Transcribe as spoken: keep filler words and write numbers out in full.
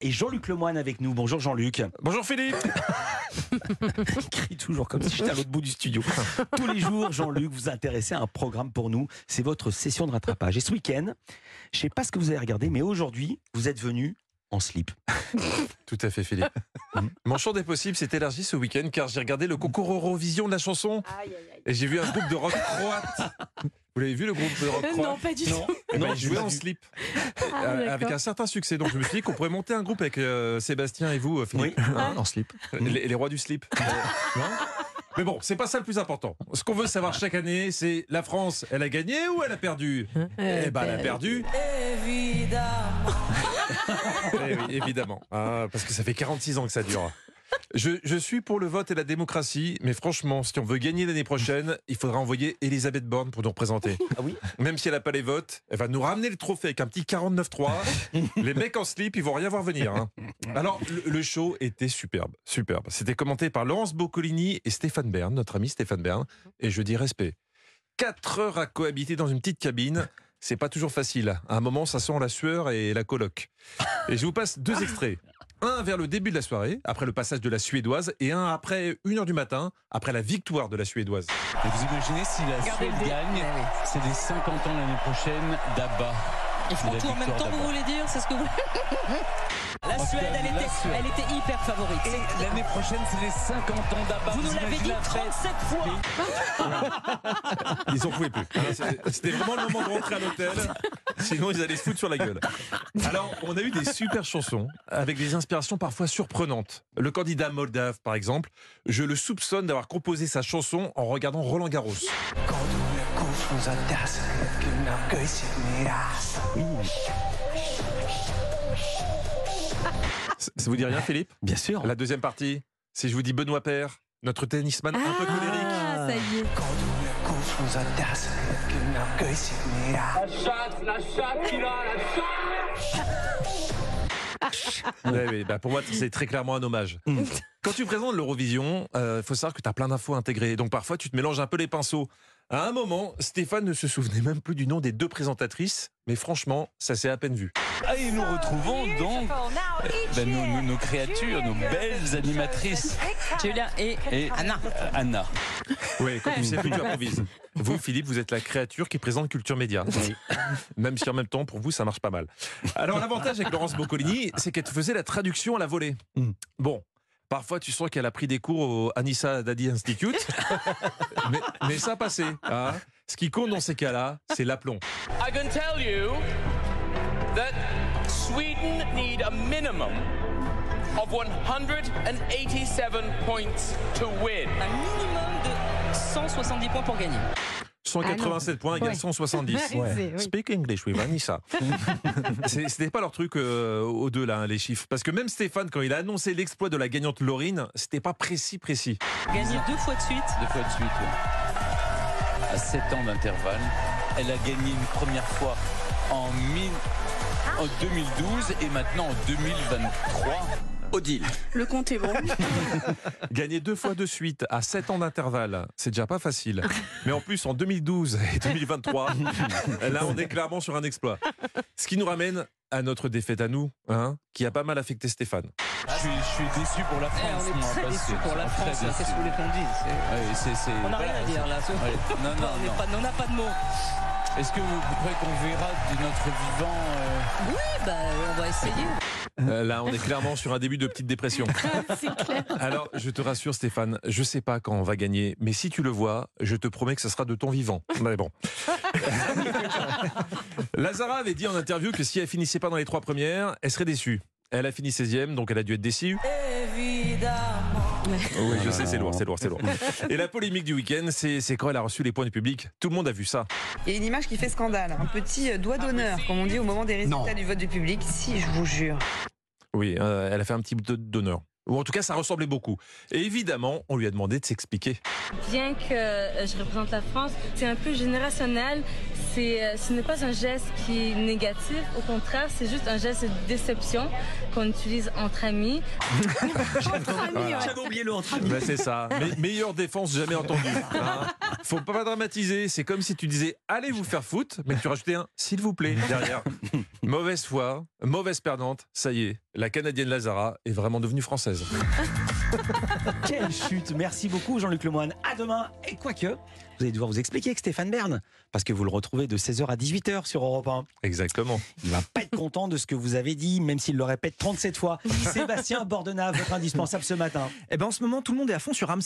Et Jean-Luc Lemoyne avec nous. Bonjour Jean-Luc. Bonjour Philippe. Il crie toujours comme si j'étais à l'autre bout du studio. Tous les jours, Jean-Luc, vous intéressez à un programme pour nous. C'est votre session de rattrapage. Et ce week-end, je ne sais pas ce que vous avez regardé, mais aujourd'hui, vous êtes venu en slip. Tout à fait Philippe. Mon champ des possibles s'est élargi ce week-end car j'ai regardé le concours Eurovision de la chanson et j'ai vu un groupe de rock croate. Vous l'avez vu le groupe de rock croate? Non, pas du tout. Eh ben, Non, ils j'ai jouaient pas en vu. slip Ah, euh, d'accord. avec un certain succès. Donc je me suis dit qu'on pourrait monter un groupe avec euh, Sébastien et vous, euh, Philippe, Oui. hein, en slip. Les, les rois du slip. Euh, non Mais bon, c'est pas ça le plus important. Ce qu'on veut savoir chaque année, c'est la France, elle a gagné ou elle a perdu? Eh ben, elle a perdu. Évidemment. Eh oui, évidemment. Ah, parce que ça fait quarante-six ans que ça dure. Je, je suis pour le vote et la démocratie, mais franchement, si on veut gagner l'année prochaine, il faudra envoyer Elisabeth Borne pour nous représenter. Ah oui? Même si elle n'a pas les votes, elle va nous ramener le trophée avec un petit quarante-neuf trois. Les mecs en slip, ils vont rien voir venir. Hein. Alors, le, le show était superbe, superbe. C'était commenté par Laurence Boccolini et Stéphane Bern, notre ami Stéphane Bern. Et je dis respect. Quatre heures à cohabiter dans une petite cabine, c'est pas toujours facile. À un moment, ça sent la sueur et la coloc. Et je vous passe deux extraits. Un vers le début de la soirée, après le passage de la Suédoise, et un après une heure du matin, après la victoire de la Suédoise. Et vous imaginez si la Regardez Suède le dé- gagne, Ah oui. c'est les cinquante ans l'année prochaine d'Abba. Ils font La tout en même victoire temps, vous d'abord. voulez dire? C'est ce que vous... La En tout Suède, cas, elle la était, Suède. elle était hyper favorite. Et l'année prochaine, c'est les cinquante ans d'Abba. Vous nous l'avez imaginez dit la fête? trente-sept fois. Ils en pouvaient plus. Hein, c'est- C'était vraiment le moment de rentrer à l'hôtel. Sinon, ils allaient se foutre sur la gueule. Alors, on a eu des super chansons avec des inspirations parfois surprenantes. Le candidat moldave, par exemple, je le soupçonne d'avoir composé sa chanson en regardant Roland Garros. Ça ça vous dit rien, Philippe? Bien sûr. La deuxième partie, si je vous dis Benoît Paire, notre tennisman un peu colérique. Ah, ça y est. Ouais, ouais, bah pour moi, c'est très clairement un hommage. Quand tu présentes l'Eurovision, il euh, faut savoir que tu as plein d'infos intégrées. Donc parfois, tu te mélanges un peu les pinceaux. À un moment, Stéphane ne se souvenait même plus du nom des deux présentatrices. Mais franchement, ça s'est à peine vu. Ah, et nous retrouvons donc euh, ben, nos, nos- nos créatures, nos belles animatrices. Julia et, Et Anna. euh, Anna. Oui, quand tu sais plus, tu improvises. Vous, Philippe, vous êtes la créature qui présente Culture Média. Même si en même temps, pour vous, ça marche pas mal. Alors l'avantage avec Laurence Boccolini, c'est qu'elle te faisait la traduction à la volée. Mm. Bon. Parfois, tu sens qu'elle a pris des cours au Anissa Daddy Institute, mais, mais ça a passé. Hein. Ce qui compte dans ces cas-là, c'est l'aplomb. I can tell you that Sweden need a minimum of one hundred eighty-seven points to win. Un minimum de cent soixante-dix points pour gagner. cent quatre-vingt-sept points égale Ouais. cent soixante-dix. Ouais. Speak English with Anissa. C'est- C'était pas leur truc euh, aux deux, là, hein, les chiffres. Parce que même Stéphane, quand il a annoncé l'exploit de la gagnante Laurine, c'était pas précis, précis. Gagner deux fois de suite. Deux fois de suite, ouais. À sept ans d'intervalle. Elle a gagné une première fois en, mille- en deux mille douze et maintenant en deux mille vingt-trois. Odile. Le compte est bon. Gagner deux fois de suite à sept ans d'intervalle, c'est déjà pas facile. Mais en plus, en deux mille douze et deux mille vingt-trois, là, on est clairement sur un exploit. Ce qui nous ramène à notre défaite à nous, hein, qui a pas mal affecté Stéphane. Je suis, je suis déçu pour la Eh, France. on est moi, très parce déçus que- pour la très France. déçu. Qu'est-ce que vous voulez qu'on dise? C'est- Ouais, c'est- c'est- On n'a voilà, rien à dire là. c'est- Ouais. Non, non, On n'est non. pas- on n'a pas de mots. Est-ce que vous, vous croyez qu'on verra de notre vivant euh, Oui, bah, on va essayer. Euh, là, on est clairement sur un début de petite dépression. C'est clair. Alors, je te rassure, Stéphane, je sais pas quand on va gagner, mais si tu le vois, je te promets que ce sera de ton vivant. Mais bon. Lazara avait dit en interview que si elle finissait pas dans les trois premières, elle serait déçue. Elle a fini seizième, donc elle a dû être déçue. Oui, je sais, c'est lourd, c'est lourd, c'est lourd. Et la polémique du week-end, c'est c'est quand elle a reçu les points du public. Tout le monde a vu ça. Il y a une image qui fait scandale, un petit doigt d'honneur, comme on dit au moment des résultats du vote du public. Si, je vous jure. Oui, euh, elle a fait un petit peu d'honneur. Ou en tout cas, ça ressemblait beaucoup. Et évidemment, on lui a demandé de s'expliquer. Bien que euh, je représente la France, c'est un peu générationnel. c'est, euh, ce n'est pas un geste qui est négatif. Au contraire, c'est juste un geste de déception qu'on utilise entre amis. J'avais oublié le entre amis. Ben, c'est ça. Me- meilleure défense jamais entendue. Hein. Faut pas dramatiser. C'est comme si tu disais allez vous faire foutre, mais que tu rajoutais un s'il vous plaît derrière. Mauvaise foi, mauvaise perdante. Ça y est, la Canadienne Lazara est vraiment devenue française. Quelle chute. Merci beaucoup Jean-Luc Lemoyne. À demain. Et quoique, vous allez devoir vous expliquer avec Stéphane Bern, parce que vous le retrouvez de seize heures à dix-huit heures sur Europe un. Exactement. Il va pas être content de ce que vous avez dit, même s'il le répète trente-sept fois. Sébastien Bordenave, votre indispensable ce matin. Eh ben en ce moment, tout le monde est à fond sur Ramsey.